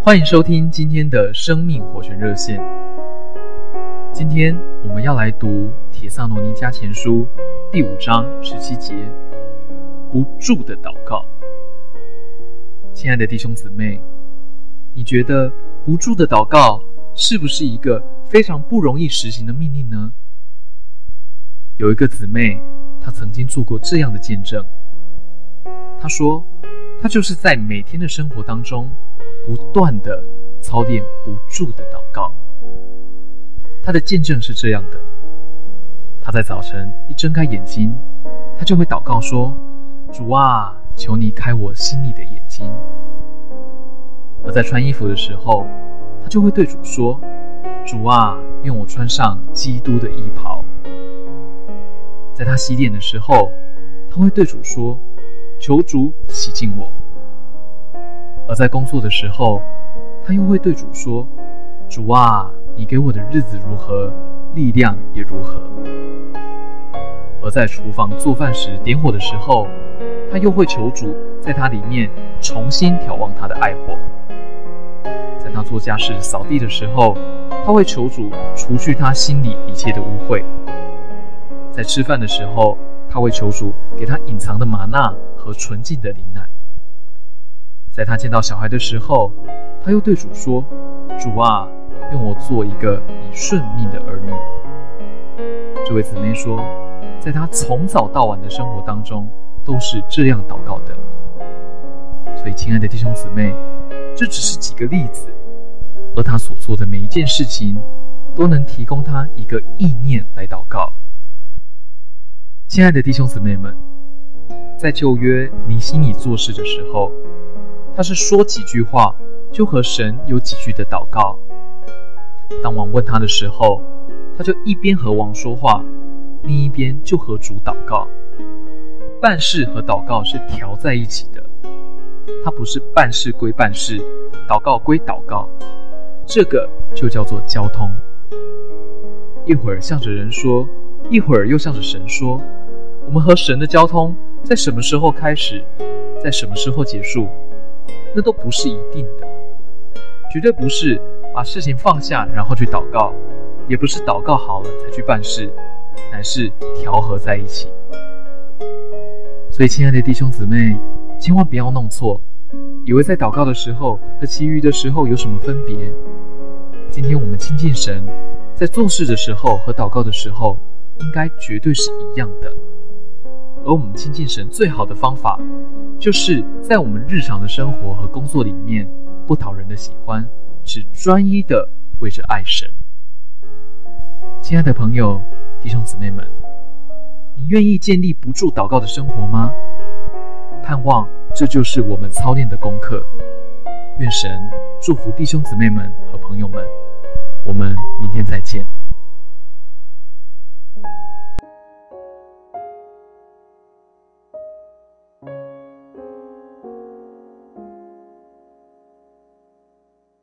欢迎收听今天的生命活泉热线。今天我们要来读帖撒罗尼迦前书第5章17节，不住的祷告。亲爱的弟兄姊妹，你觉得不住的祷告是不是一个非常不容易实行的命令呢？有一个姊妹，她曾经做过这样的见证。她说，她就是在每天的生活当中不断的操练不住的祷告。他的见证是这样的，他在早晨一睁开眼睛，他就会祷告说，主啊，求你开我心里的眼睛。而在穿衣服的时候，他就会对主说，主啊，愿我穿上基督的衣袍。在他洗脸的时候，他会对主说，求主洗净我。而在工作的时候，他又会对主说，主啊，你给我的日子如何，力量也如何。而在厨房做饭时点火的时候，他又会求主在他里面重新眺望他的爱火。在他做家事扫地的时候，他会求主除去他心里一切的污秽。在吃饭的时候，他会求主给他隐藏的玛纳和纯净的灵奶。在他见到小孩的时候，他又对主说，主啊，愿我做一个你顺命的儿女。这位姊妹说，在她从早到晚的生活当中都是这样祷告的。所以亲爱的弟兄姊妹，这只是几个例子，而她所做的每一件事情都能提供她一个意念来祷告。亲爱的弟兄姊妹们，在旧约尼希米做事的时候，他是说几句话就和神有几句的祷告。当王问他的时候，他就一边和王说话，另一边就和主祷告。办事和祷告是调在一起的，它不是办事归办事，祷告归祷告，这个就叫做交通。一会儿向着人说，一会儿又向着神说。我们和神的交通在什么时候开始，在什么时候结束，那都不是一定的，绝对不是把事情放下然后去祷告，也不是祷告好了才去办事，乃是调和在一起。所以亲爱的弟兄姊妹，千万不要弄错，以为在祷告的时候和其余的时候有什么分别。今天我们亲近神，在做事的时候和祷告的时候应该绝对是一样的。而我们亲近神最好的方法，就是在我们日常的生活和工作里面不讨人的喜欢，只专一的为着爱神。亲爱的朋友、弟兄姊妹们，你愿意建立不住祷告的生活吗？盼望这就是我们操练的功课。愿神祝福弟兄姊妹们和朋友们，我们明天再见。